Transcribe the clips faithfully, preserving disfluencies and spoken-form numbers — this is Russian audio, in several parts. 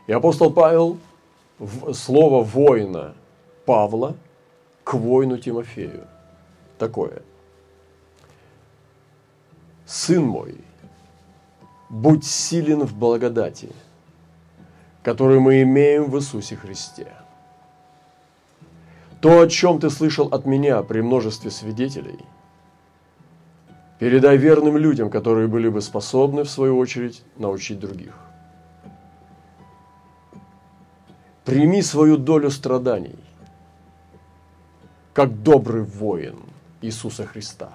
И апостол Павел в слово воина Павла к воину Тимофею такое. Сын мой, будь силен в благодати, которую мы имеем в Иисусе Христе. То, о чем ты слышал от меня при множестве свидетелей, передай верным людям, которые были бы способны, в свою очередь, научить других. Прими свою долю страданий, как добрый воин Иисуса Христа.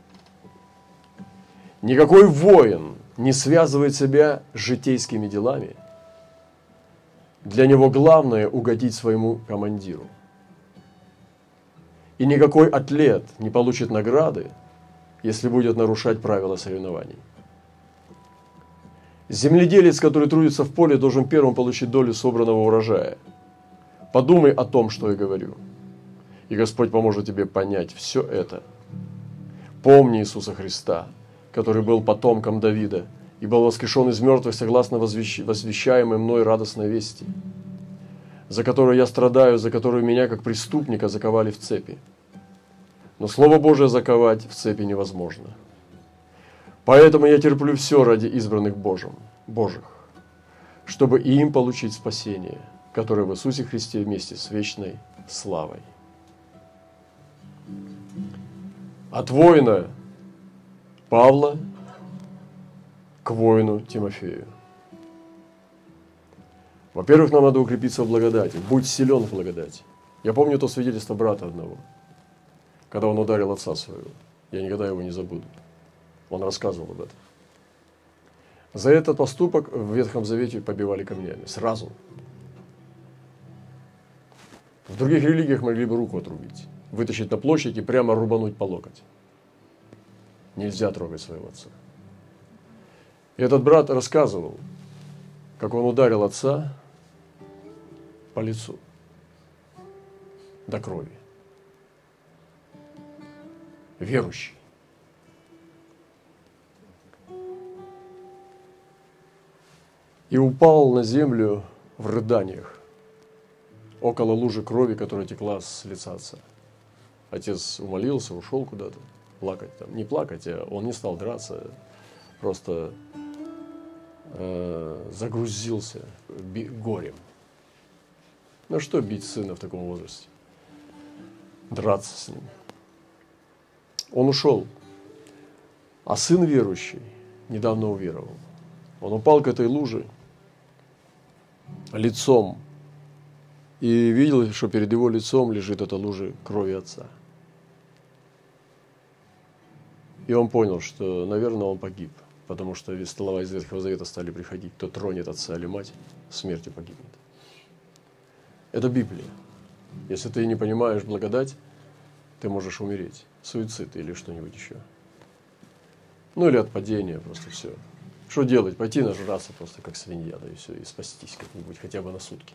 Никакой воин не связывает себя с житейскими делами. Для него главное угодить своему командиру. И никакой атлет не получит награды, если будет нарушать правила соревнований. Земледелец, который трудится в поле, должен первым получить долю собранного урожая. Подумай о том, что я говорю. И Господь поможет тебе понять все это. Помни Иисуса Христа, который был потомком Давида и был воскрешен из мертвых согласно возвещаемой мной радостной вести, за которую я страдаю, за которую меня, как преступника, заковали в цепи. Но Слово Божие заковать в цепи невозможно. Поэтому я терплю все ради избранных Божьим, Божьих, чтобы и им получить спасение, которое в Иисусе Христе вместе с вечной славой. От воина Павла к воину Тимофею. Во-первых, нам надо укрепиться в благодати. Будь силен в благодати. Я помню то свидетельство брата одного, когда он ударил отца своего. Я никогда его не забуду. Он рассказывал об этом. За этот поступок в Ветхом Завете побивали камнями. Сразу. В других религиях могли бы руку отрубить. Вытащить на площадь и прямо рубануть по локоть. Нельзя трогать своего отца. И этот брат рассказывал, как он ударил отца по лицу до крови. Верующий. И упал на землю в рыданиях около лужи крови, которая текла с лица отца. Отец умолился, ушел куда-то плакать. Там. Не плакать, а он не стал драться, просто э, загрузился би- горем. Ну что бить сына в таком возрасте? Драться с ним. Он ушел, а сын верующий недавно уверовал. Он упал к этой луже лицом и видел, что перед его лицом лежит эта лужа крови отца. И он понял, что, наверное, он погиб, потому что ведь слова из Ветхого Завета стали приходить: кто тронет отца или мать, смертью погибнет. Это Библия. Если ты не понимаешь благодать, ты можешь умереть. Суицид или что-нибудь еще. Ну или от падения, просто все. Что делать? Пойти нажраться просто как свинья, да и все, и спастись как-нибудь хотя бы на сутки.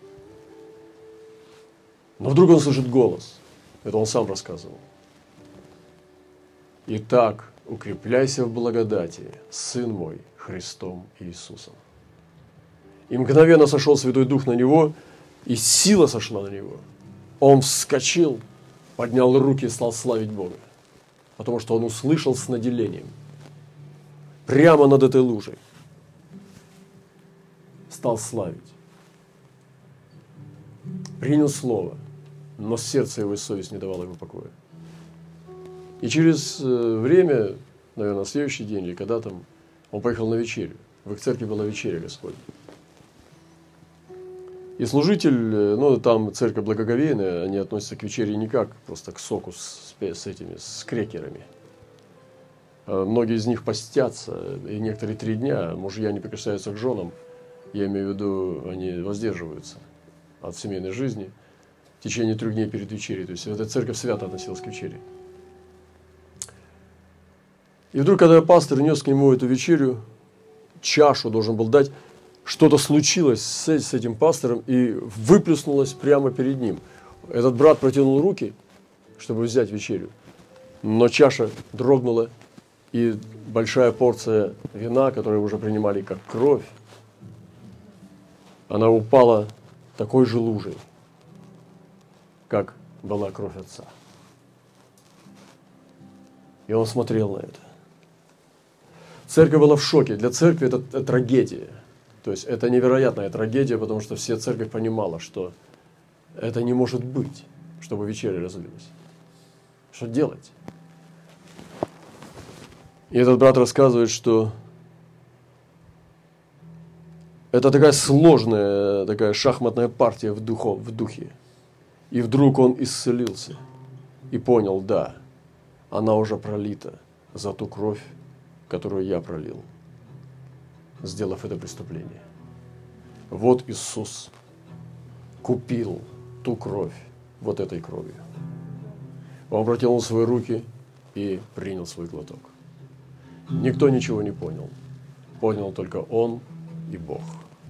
Но вдруг он слышит голос. Это он сам рассказывал. Итак, укрепляйся в благодати, сын мой, Христом Иисусом. И мгновенно сошел Святой Дух на него, и сила сошла на него. Он вскочил, поднял руки и стал славить Бога. Потому что он услышал с наделением. Прямо над этой лужей. Стал славить. Принял слово, но сердце его и совесть не давало ему покоя. И через время, наверное, на следующий день или когда там, он поехал на вечерю. В их церкви была вечеря Господня. И служитель, ну там церковь благоговейная, они относятся к вечере не как просто к соку с, с этими, с крекерами. Многие из них постятся, и некоторые три дня мужья не прикасаются к женам, я имею в виду, они воздерживаются от семейной жизни в течение трех дней перед вечерей. То есть эта церковь свято относилась к вечере. И вдруг, когда пастор нес к нему эту вечерю, чашу должен был дать, что-то случилось с, с этим пастором и выплеснулось прямо перед ним. Этот брат протянул руки, чтобы взять вечерю, но чаша дрогнула, и большая порция вина, которую уже принимали как кровь, она упала такой же лужей, как была кровь отца. И он смотрел на это. Церковь была в шоке. Для церкви это, это трагедия. То есть это невероятная трагедия, потому что вся церковь понимала, что это не может быть, чтобы вечеря разлилась. Что делать? И этот брат рассказывает, что это такая сложная, такая шахматная партия в, духу, в духе. И вдруг он исцелился и понял, да, она уже пролита за ту кровь, которую я пролил, сделав это преступление. Вот Иисус купил ту кровь вот этой кровью. Он протянул свои руки и принял свой глоток. Никто ничего не понял. Понял только он и Бог.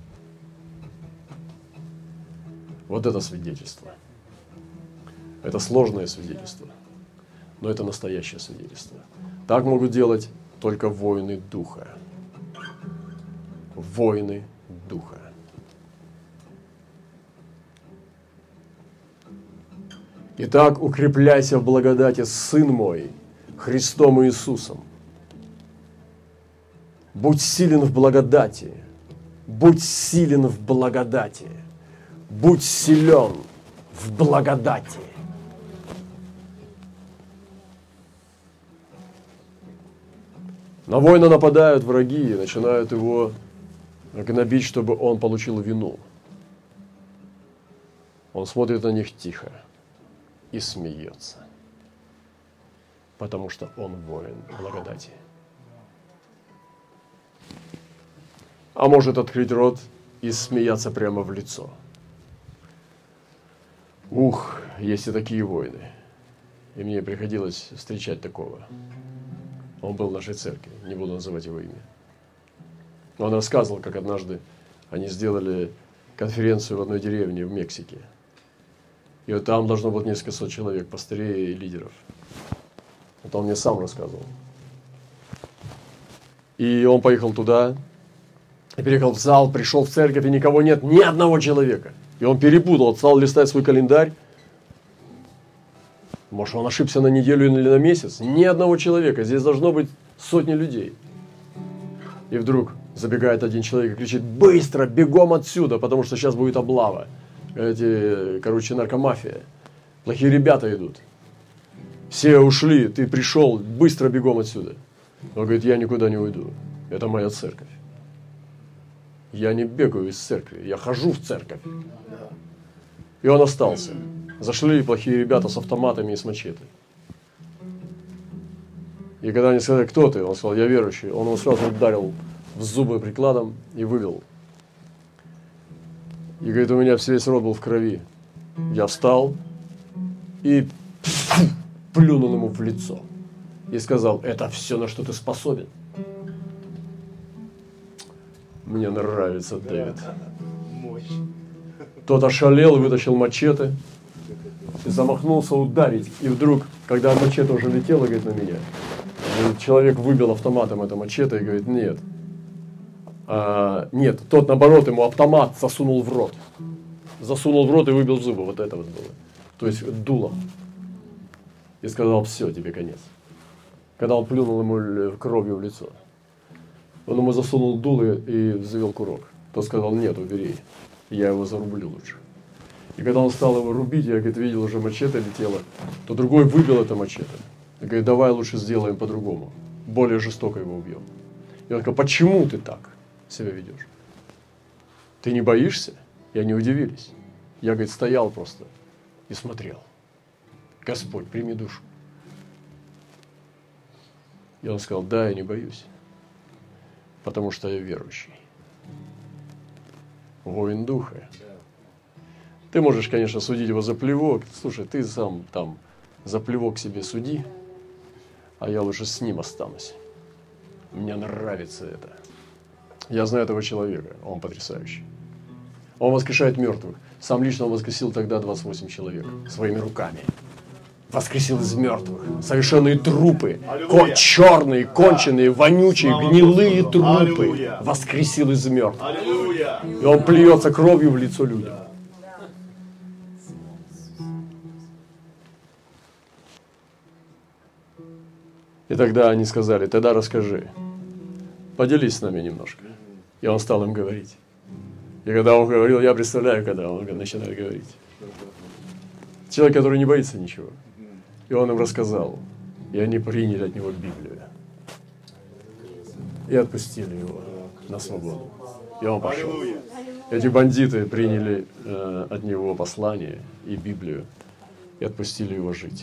Вот это свидетельство. Это сложное свидетельство, но это настоящее свидетельство. Так могут делать только воины Духа. Воины Духа. Итак, укрепляйся в благодати, Сын мой, Христом Иисусом. Будь силен в благодати. Будь силен в благодати. Будь силен в благодати. На воина нападают враги и начинают его гнобить, чтобы он получил вину. Он смотрит на них тихо и смеется, потому что он воин благодати. А может открыть рот и смеяться прямо в лицо. Ух, есть и такие воины. И мне приходилось встречать такого. Он был в нашей церкви, не буду называть его имя. Но он рассказывал, как однажды они сделали конференцию в одной деревне в Мексике. И вот там должно быть несколько сот человек, пастырей и лидеров. Это он мне сам рассказывал. И он поехал туда, и переехал в зал, пришел в церковь, и никого нет, ни одного человека. И он перепутал, стал листать свой календарь. Может, он ошибся на неделю или на месяц? Ни одного человека. Здесь должно быть сотни людей. И вдруг забегает один человек и кричит: быстро, бегом отсюда, потому что сейчас будет облава. Эти, короче, наркомафия. Плохие ребята идут. Все ушли, ты пришел, быстро бегом отсюда. Он говорит: я никуда не уйду. Это моя церковь. Я не бегаю из церкви, я хожу в церковь. И он остался. Зашли плохие ребята с автоматами и с мачете. И когда они сказали: кто ты? Он сказал: я верующий. Он его сразу ударил в зубы прикладом и вывел. И говорит: у меня весь рот был в крови. Я встал и плюнул ему в лицо. И сказал: это все, на что ты способен. Мне нравится Дэвид. Тот ошалел и вытащил мачете. И замахнулся ударить. И вдруг, когда мачете уже летела, говорит, на меня, человек выбил автоматом это мачете и говорит: нет. А, нет, тот наоборот ему автомат засунул в рот. Засунул в рот и выбил зубы. Вот это вот было. То есть дулом. И сказал: все, тебе конец. Когда он плюнул ему кровью в лицо. Он ему засунул дуло и взвел курок. Тот сказал: нет, убери. Я его зарублю лучше. И когда он стал его рубить, я, говорит, видел, уже мачете летело, то другой выбил это мачете. И говорит: давай лучше сделаем по-другому. Более жестоко его убьем. И он сказал: почему ты так себя ведешь? Ты не боишься? И они удивились. Я, говорит, стоял просто и смотрел. Господь, прими душу. И он сказал: да, я не боюсь. Потому что я верующий. Воин Духа. Ты можешь, конечно, судить его за плевок. Слушай, ты сам там за плевок себе суди, а я лучше с ним останусь. Мне нравится это. Я знаю этого человека, он потрясающий. Он воскрешает мертвых. Сам лично он воскресил тогда двадцать восемь человек своими руками. Воскресил из мертвых. Совершенные трупы. Ко- черные, конченые, вонючие, гнилые трупы. Воскресил из мертвых. И он плюется кровью в лицо людям. И тогда они сказали: тогда расскажи, поделись с нами немножко. И он стал им говорить. И когда он говорил, я представляю, когда он начинает говорить. Человек, который не боится ничего. И он им рассказал. И они приняли от него Библию. И отпустили его на свободу. И он пошел. Эти бандиты приняли э, от него послание и Библию. И отпустили его жить.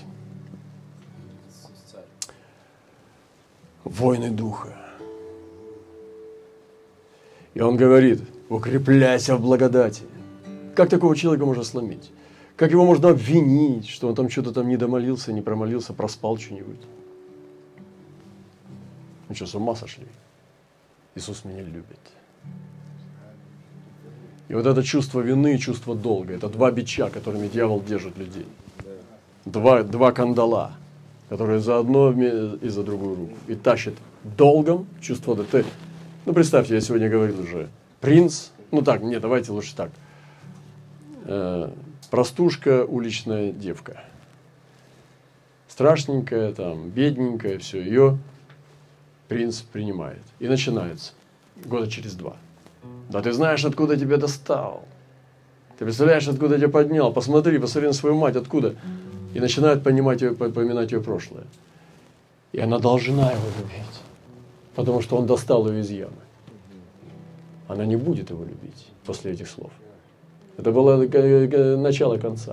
Войны духа. И он говорит: укрепляйся в благодати. Как такого человека можно сломить? Как его можно обвинить, что он там что-то там не домолился, не промолился, проспал что-нибудь? Ну что, с ума сошли? Иисус меня любит. И вот это чувство вины и чувство долга, это два бича, которыми дьявол держит людей. Два, два кандала, которые за одно и за другую руку. И тащит долгом чувство долга. Ну, представьте, я сегодня говорил уже, принц, ну так, нет, давайте лучше так. Э, простушка, уличная девка. Страшненькая, там, бедненькая, все, ее принц принимает. И начинается года через два. Да ты знаешь, откуда я тебя достал. Ты представляешь, откуда я тебя поднял. Посмотри, посмотри на свою мать, откуда. И начинает понимать ее, поминать ее прошлое. И она должна его любить. Потому что он достал ее из ямы. Она не будет его любить после этих слов. Это было начало конца.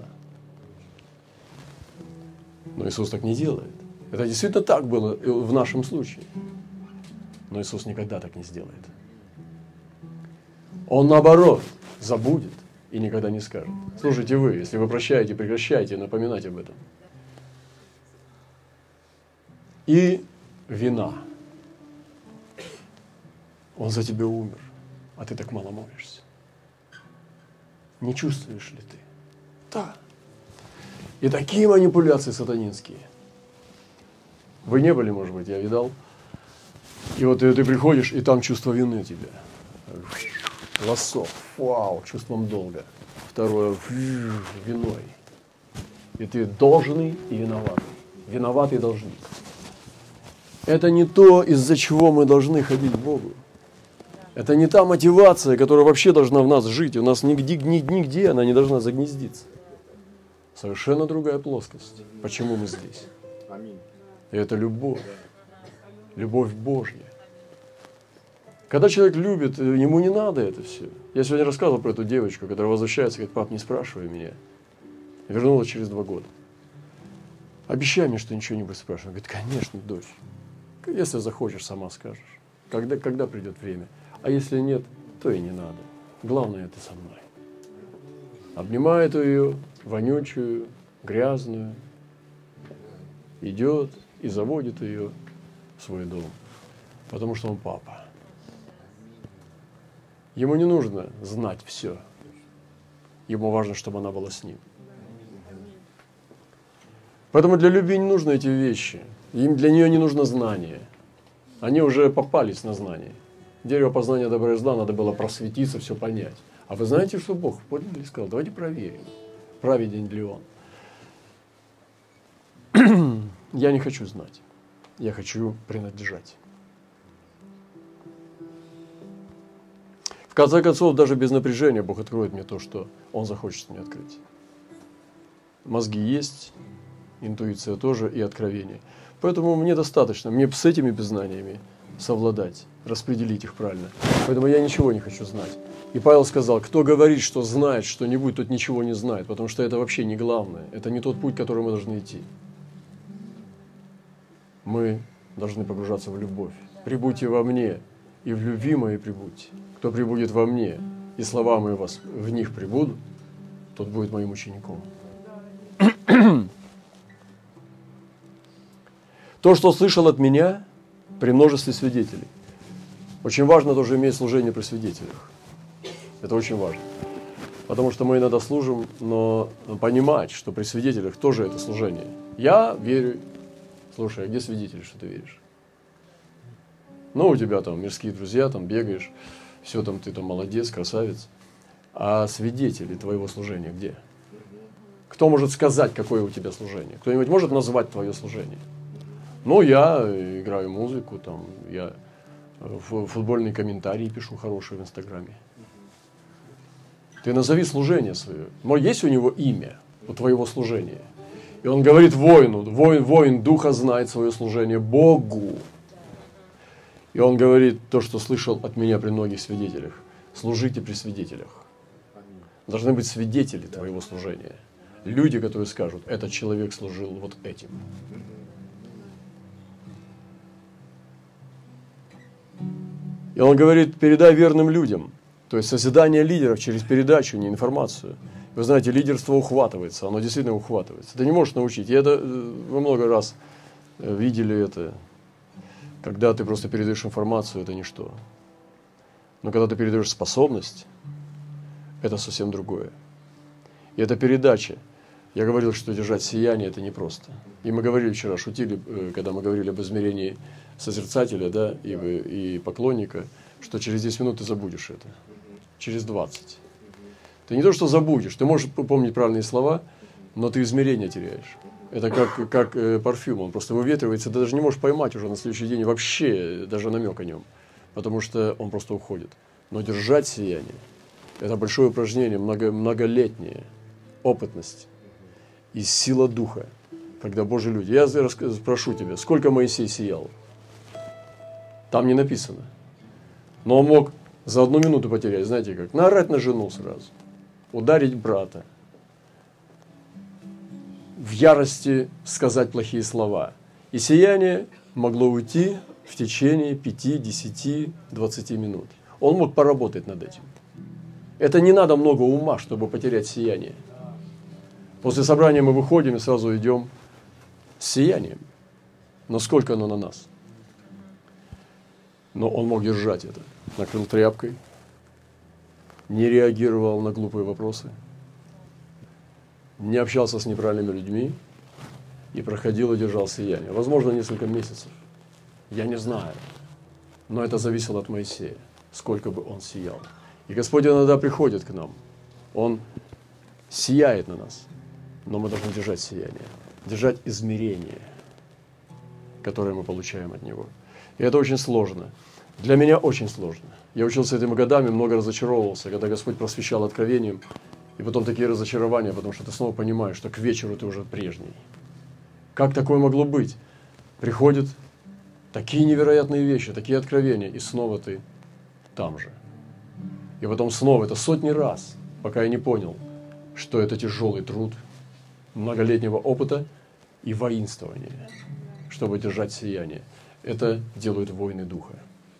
Но Иисус так не делает. Это действительно так было в нашем случае. Но Иисус никогда так не сделает. Он, наоборот, забудет и никогда не скажет. Слушайте вы, если вы прощаете, прекращайте напоминать об этом. И вина. Он за тебя умер, а ты так мало молишься. Не чувствуешь ли ты? Да. И такие манипуляции сатанинские. Вы не были, может быть, я видал. И вот ты, ты приходишь, и там чувство вины у тебя. Лассо, вау, чувством долга. Второе, виной. И ты должный и виноватый. Виноватый должник. Это не то, из-за чего мы должны ходить к Богу. Это не та мотивация, которая вообще должна в нас жить. У нас нигде, нигде она не должна загнездиться. Совершенно другая плоскость. Почему мы здесь? И это любовь. Любовь Божья. Когда человек любит, ему не надо это все. Я сегодня рассказывал про эту девочку, которая возвращается, говорит: пап, не спрашивай меня. Вернулась через два года. Обещай мне, что ничего не будешь спрашивать. Говорит: конечно, дочь. Если захочешь, сама скажешь. Когда, когда придет время. А если нет, то и не надо. Главное, это со мной. Обнимает ее, вонючую, грязную. Идет и заводит ее в свой дом. Потому что он папа. Ему не нужно знать все. Ему важно, чтобы она была с ним. Поэтому для любви не нужны эти вещи. Им для нее не нужно знание. Они уже попались на знание. Дерево познания добра и зла, надо было просветиться, все понять. А вы знаете, что Бог понял и сказал: давайте проверим, праведен ли он. Я не хочу знать. Я хочу принадлежать. В конце концов, даже без напряжения Бог откроет мне то, что Он захочет мне открыть. Мозги есть, интуиция тоже и откровение. Поэтому мне достаточно, мне с этими знаниями совладать, распределить их правильно. Поэтому я ничего не хочу знать. И Павел сказал: кто говорит, что знает что-нибудь, тот ничего не знает, потому что это вообще не главное. Это не тот путь, который мы должны идти. Мы должны погружаться в любовь. Прибудьте во мне, и в любви моей прибудьте. Кто прибудет во мне, и слова мои вас в них прибудут, тот будет моим учеником. То, что слышал от меня, при множестве свидетелей. Очень важно тоже иметь служение при свидетелях. Это очень важно. Потому что мы иногда служим, но понимать, что при свидетелях тоже это служение. Я верю. Слушай, а где свидетели, что ты веришь? Ну, у тебя там мирские друзья, там бегаешь, все там ты там молодец, красавец. А свидетели твоего служения где? Кто может сказать, какое у тебя служение? Кто-нибудь может назвать твое служение? Ну, я играю музыку, там, я футбольные комментарии пишу хорошие в Инстаграме. Ты назови служение свое. Но есть у него имя, у твоего служения. И он говорит воину, воин, воин духа знает свое служение Богу. И он говорит то, что слышал от меня при многих свидетелях. Служите при свидетелях. Должны быть свидетели твоего служения. Люди, которые скажут, этот человек служил вот этим. И он говорит, передай верным людям. То есть созидание лидеров через передачу, не информацию. Вы знаете, лидерство ухватывается, оно действительно ухватывается. Ты не можешь научить. И это, вы много раз видели это. Когда ты просто передаешь информацию, это ничто. Но когда ты передаешь способность, это совсем другое. И это передача. Я говорил, что держать сияние – это непросто. И мы говорили вчера, шутили, когда мы говорили об измерении созерцателя, да, и, и поклонника, что через десять минут ты забудешь это. Через двадцать. Ты не то, что забудешь, ты можешь помнить правильные слова, но ты измерение теряешь. Это как, как э, парфюм, он просто выветривается, ты даже не можешь поймать уже на следующий день вообще даже намек о нем, потому что он просто уходит. Но держать сияние – это большое упражнение, много, многолетнее, опытность и сила духа, когда Божьи люди. Я спрошу тебя, сколько Моисей сиял? Там не написано. Но он мог за одну минуту потерять, знаете как, наорать на жену сразу, ударить брата, в ярости сказать плохие слова. И сияние могло уйти в течение пяти, десяти, двадцати минут. Он мог поработать над этим. Это не надо много ума, чтобы потерять сияние. После собрания мы выходим и сразу идем с сиянием. Но сколько оно на нас? Но он мог держать это. Накрыл тряпкой, не реагировал на глупые вопросы, не общался с неправильными людьми и проходил и держал сияние. Возможно, несколько месяцев. Я не знаю. Но это зависело от Моисея, сколько бы он сиял. И Господь иногда приходит к нам. Он сияет на нас. Но мы должны держать сияние. Держать измерение, которое мы получаем от Него. И это очень сложно. Для меня очень сложно. Я учился этими годами, много разочаровывался, когда Господь просвещал откровением. И потом такие разочарования, потому что ты снова понимаешь, что к вечеру ты уже прежний. Как такое могло быть? Приходят такие невероятные вещи, такие откровения, и снова ты там же. И потом снова, это сотни раз, пока я не понял, что это тяжелый труд многолетнего опыта и воинствования, чтобы держать сияние. Это делают воины духа.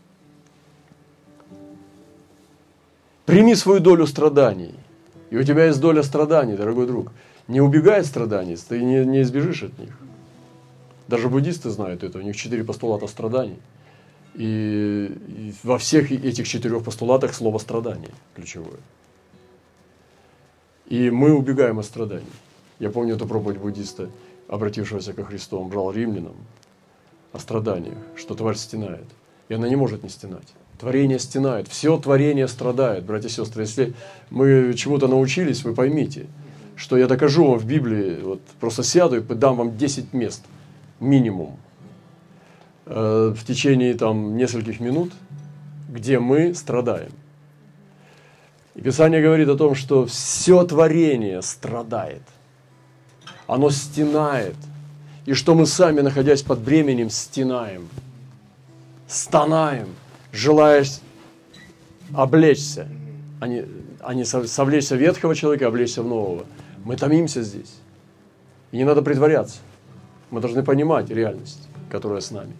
Прими свою долю страданий. И у тебя есть доля страданий, дорогой друг. Не убегай от страданий, ты не, не избежишь от них. Даже буддисты знают это, у них четыре постулата страданий. И, и во всех этих четырех постулатах слово страдание ключевое. И мы убегаем от страданий. Я помню эту проповедь буддиста, обратившегося ко Христу, он брал римлянам о страданиях, что тварь стенает. И она не может не стенать. Творение стенает, все творение страдает, братья и сестры. Если мы чему-то научились, вы поймите, что я докажу вам в Библии, вот просто сяду и дам вам десять мест, минимум, э, в течение там нескольких минут, где мы страдаем. И Писание говорит о том, что все творение страдает, оно стенает, и что мы сами, находясь под бременем, стенаем, стонаем, желая облечься, а не, а не совлечься ветхого человека, а облечься в нового. Мы томимся здесь. И не надо притворяться. Мы должны понимать реальность, которая с нами.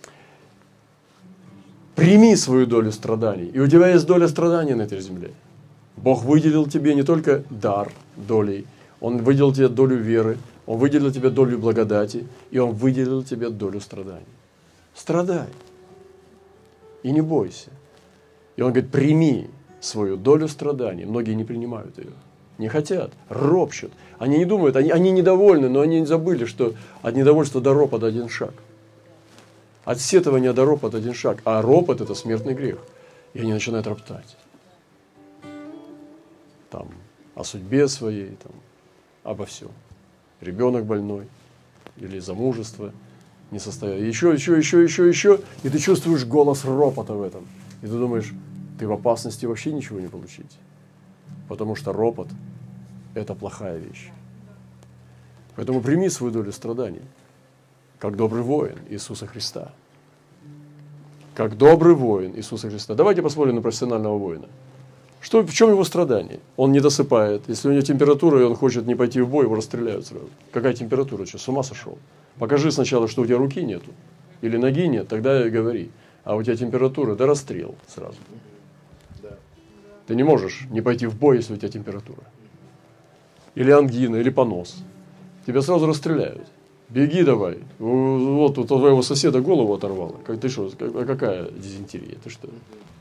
Прими свою долю страданий. И у тебя есть доля страданий на этой земле. Бог выделил тебе не только дар долей, Он выделил тебе долю веры, Он выделил тебе долю благодати, и Он выделил тебе долю страданий. Страдай. И не бойся. И он говорит, прими свою долю страданий. Многие не принимают ее. Не хотят, ропщут. Они не думают, они, они недовольны, но они забыли, что от недовольства до ропота один шаг. От сетования до ропота один шаг. А ропот – это смертный грех. И они начинают роптать. Там, о судьбе своей, там, обо всем. Ребенок больной, или замужество не состоялось. Еще, еще, еще, еще, еще. И ты чувствуешь голос ропота в этом. И ты думаешь, ты в опасности вообще ничего не получить. Потому что ропот – это плохая вещь. Поэтому прими свою долю страданий, как добрый воин Иисуса Христа. Как добрый воин Иисуса Христа. Давайте посмотрим на профессионального воина. Что, в чем его страдание? Он не досыпает. Если у него температура, и он хочет не пойти в бой, его расстреляют сразу. Какая температура? Что, с ума сошел? Покажи сначала, что у тебя руки нету. Или ноги нет, тогда и говори. А у тебя температура, да расстрел сразу. Ты не можешь не пойти в бой, если у тебя температура. Или ангина, или понос. Тебя сразу расстреляют. Беги давай. Вот у твоего соседа голову оторвало. Как ты что? А какая дизентерия? Ты что?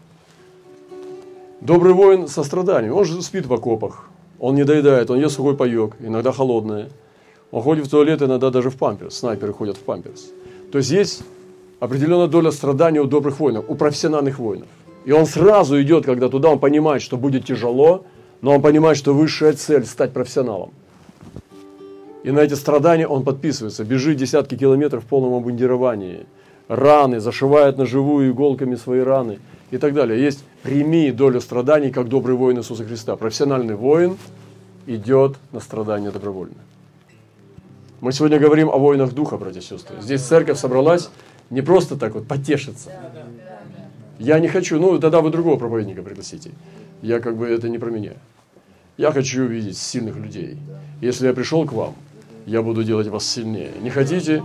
Добрый воин со страданием. Он же спит в окопах. Он не доедает, он ест сухой паек, иногда холодное. Он ходит в туалет, иногда даже в памперс. Снайперы ходят в памперс. То есть есть определенная доля страдания у добрых воинов, у профессиональных воинов. И он сразу идет, когда туда, он понимает, что будет тяжело, но он понимает, что высшая цель – стать профессионалом. И на эти страдания он подписывается, бежит десятки километров в полном обмундировании, раны, зашивает ножевую иголками свои раны и так далее. Есть «прими долю страданий, как добрый воин Иисуса Христа». Профессиональный воин идет на страдания добровольно. Мы сегодня говорим о воинах духа, братья и сестры. Здесь церковь собралась не просто так вот потешиться. Я не хочу, ну тогда вы другого проповедника пригласите. Я как бы, это не про меня. Я хочу видеть сильных людей. Если я пришел к вам, я буду делать вас сильнее. Не хотите?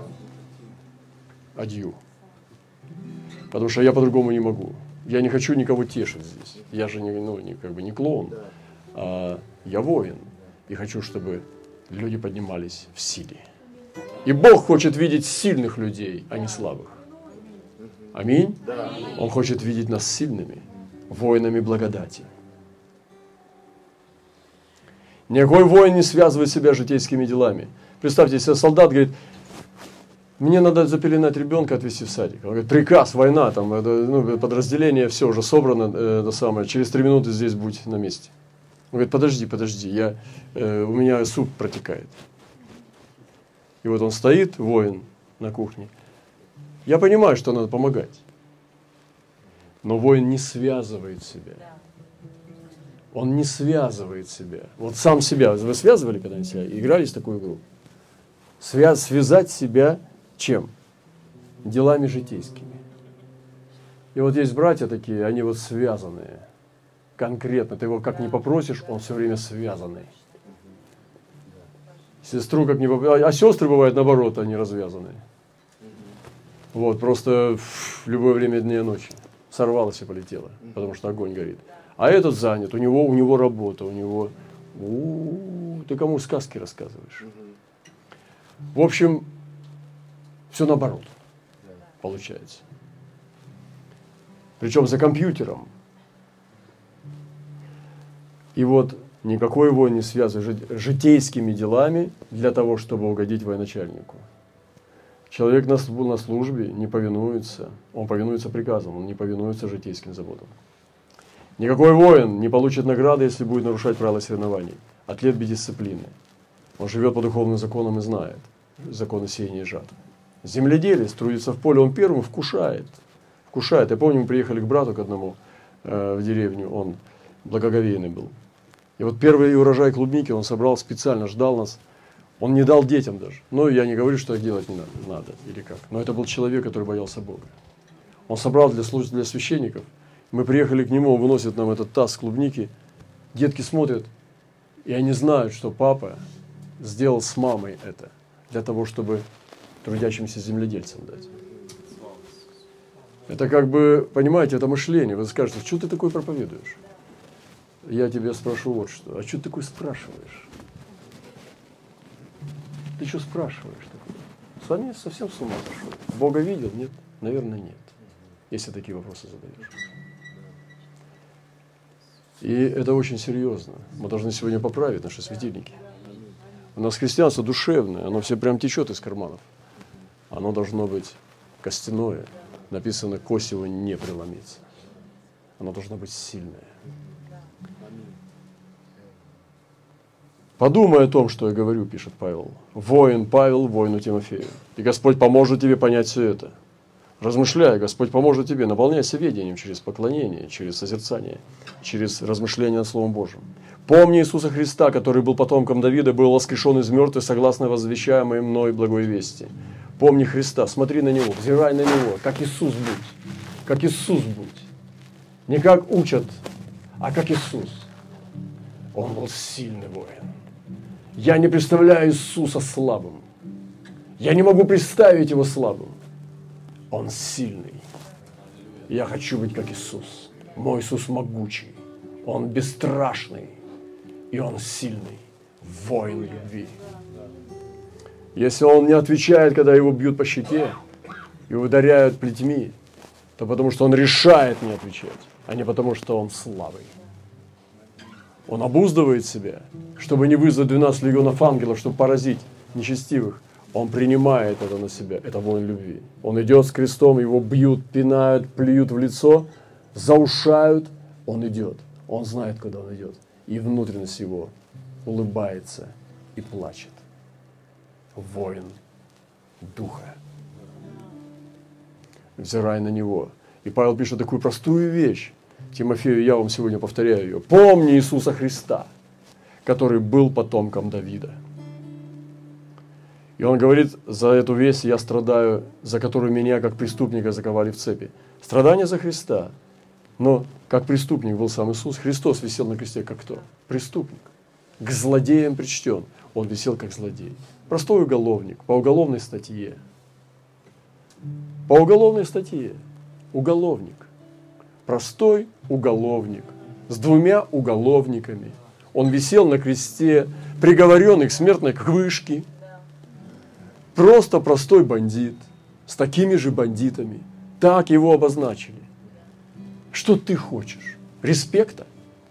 Адью. Потому что я по-другому не могу. Я не хочу никого тешить здесь. Я же не, ну, не, как бы не клоун, а я воин. И хочу, чтобы люди поднимались в силе. И Бог хочет видеть сильных людей, а не слабых. Аминь. Он хочет видеть нас сильными, воинами благодати. Никакой воин не связывает себя житейскими делами. Представьте, если солдат говорит, мне надо запеленать ребенка, отвезти в садик. Он говорит, приказ, война, там, это, ну, подразделение, все уже собрано, э, это самое, через три минуты здесь будь на месте. Он говорит, подожди, подожди, я, э, у меня суп протекает. И вот он стоит, воин, на кухне. Я понимаю, что надо помогать. Но воин не связывает себя. Он не связывает себя. Вот сам себя. Вы связывали когда-нибудь себя? Играли в такую игру? Связ, связать себя чем? Делами житейскими. И вот есть братья такие, они вот связанные. Конкретно. Ты его как ни попросишь, он все время связанный. Сестру как ни попросишь. А сестры бывают наоборот, они развязанные. Вот, просто в любое время дня и ночи. Сорвалась и полетела, потому что огонь горит. А этот занят, у него, у него работа, у него... У-у-у, ты кому сказки рассказываешь? В общем, все наоборот получается. Причем за компьютером. И вот никакой воин не связан житейскими делами для того, чтобы угодить военачальнику. Человек на службе не повинуется, он повинуется приказам, он не повинуется житейским заботам. Никакой воин не получит награды, если будет нарушать правила соревнований. Атлет без дисциплины. Он живет по духовным законам и знает законы сеяния и жатвы. Земледелец трудится в поле, он первым вкушает. Вкушает. Я помню, мы приехали к брату к одному э, в деревню, он благоговейный был. И вот первый урожай клубники он собрал специально, ждал нас. Он не дал детям даже. Ну, я не говорю, что делать не надо, надо или как. Но это был человек, который боялся Бога. Он собрал для, для священников. Мы приехали к нему, он выносит нам этот таз клубники. Детки смотрят, и они знают, что папа сделал с мамой это. Для того, чтобы трудящимся земледельцам дать. Это как бы, понимаете, это мышление. Вы скажете, что ты такое проповедуешь? Я тебя спрошу вот что. А что ты такое спрашиваешь? Ты что спрашиваешь такое? С вами совсем с ума сошел. Бога видел? Нет? Наверное, нет. Если такие вопросы задаешь. И это очень серьезно. Мы должны сегодня поправить наши светильники. У нас христианство душевное, оно все прям течет из карманов. Оно должно быть костяное. Написано, кость его не преломится. Оно должно быть сильное. Подумай о том, что я говорю, пишет Павел. Воин Павел, воину Тимофею. И Господь поможет тебе понять все это. Размышляй, Господь поможет тебе. Наполняйся ведением через поклонение, через созерцание, через размышление над Словом Божьим. Помни Иисуса Христа, который был потомком Давида, был воскрешен из мертвых, согласно возвещаемой мной благой вести. Помни Христа, смотри на Него, взирай на Него, как Иисус будь. Как Иисус будь. Не как учат, а как Иисус. Он был сильный воин. Я не представляю Иисуса слабым. Я не могу представить Его слабым. Он сильный. Я хочу быть как Иисус. Мой Иисус могучий. Он бесстрашный. И Он сильный. Воин любви. Если Он не отвечает, когда Его бьют по щеке и ударяют плетьми, то потому что Он решает не отвечать, а не потому что Он слабый. Он обуздывает себя, чтобы не вызвать двенадцать легионов ангелов, чтобы поразить нечестивых. Он принимает это на себя, это воин любви. Он идет с крестом, его бьют, пинают, плюют в лицо, заушают. Он идет, он знает, куда он идет. И внутренность его улыбается и плачет. Воин духа. Взирай на него. И Павел пишет такую простую вещь. Тимофею, я вам сегодня повторяю ее. Помни Иисуса Христа, который был потомком Давида. И он говорит, за эту весть я страдаю, за которую меня, как преступника, заковали в цепи. Страдание за Христа. Но как преступник был сам Иисус. Христос висел на кресте как кто? Преступник. К злодеям причтен. Он висел как злодей. Простой уголовник. По уголовной статье. По уголовной статье. Уголовник. Простой уголовник. С двумя уголовниками. Он висел на кресте, приговоренный к смертной вышке. Просто простой бандит. С такими же бандитами. Так его обозначили. Что ты хочешь? Респекта?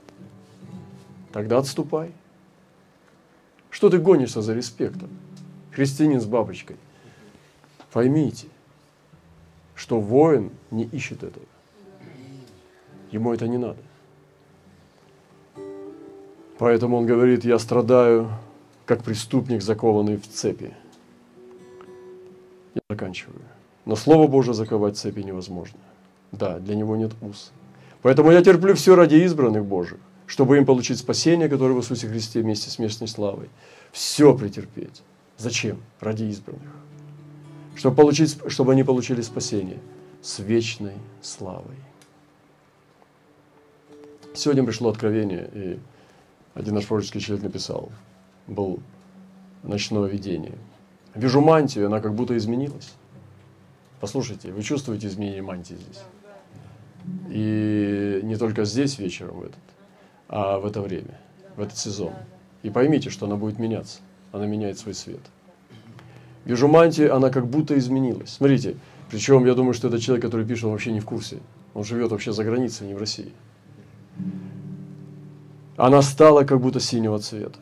Тогда отступай. Что ты гонишься за респектом? Христианин с бабочкой. Поймите, что воин не ищет этого. Ему это не надо. Поэтому он говорит, я страдаю, как преступник, закованный в цепи. Я заканчиваю. Но Слово Божие заковать в цепи невозможно. Да, для него нет уз. Поэтому я терплю все ради избранных Божьих, чтобы им получить спасение, которое в Иисусе Христе вместе с вечной славой. Все претерпеть. Зачем? Ради избранных. Чтобы, получить, чтобы они получили спасение с вечной славой. Сегодня пришло откровение, и один наш пророческий человек написал, был ночное видение. Вижу мантию, она как будто изменилась. Послушайте, вы чувствуете изменение мантии здесь? И не только здесь вечером в этот, а в это время, в этот сезон. И поймите, что она будет меняться. Она меняет свой цвет. Вижу мантию, она как будто изменилась. Смотрите, причем я думаю, что этот человек, который пишет, он вообще не в курсе. Он живет вообще за границей, не в России. Она стала как будто синего цвета.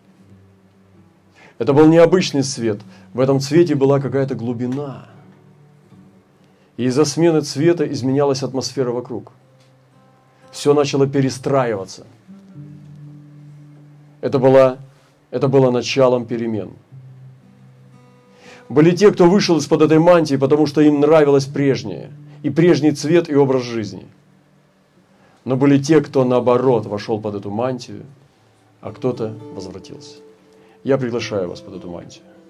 Это был необычный цвет. В этом цвете была какая-то глубина. И из-за смены цвета изменялась атмосфера вокруг. Все начало перестраиваться. Это было, это было началом перемен. Были те, кто вышел из-под этой мантии, потому что им нравилось прежнее. И прежний цвет, и образ жизни. Но были те, кто наоборот вошел под эту мантию, а кто-то возвратился. Я приглашаю вас под эту мантию.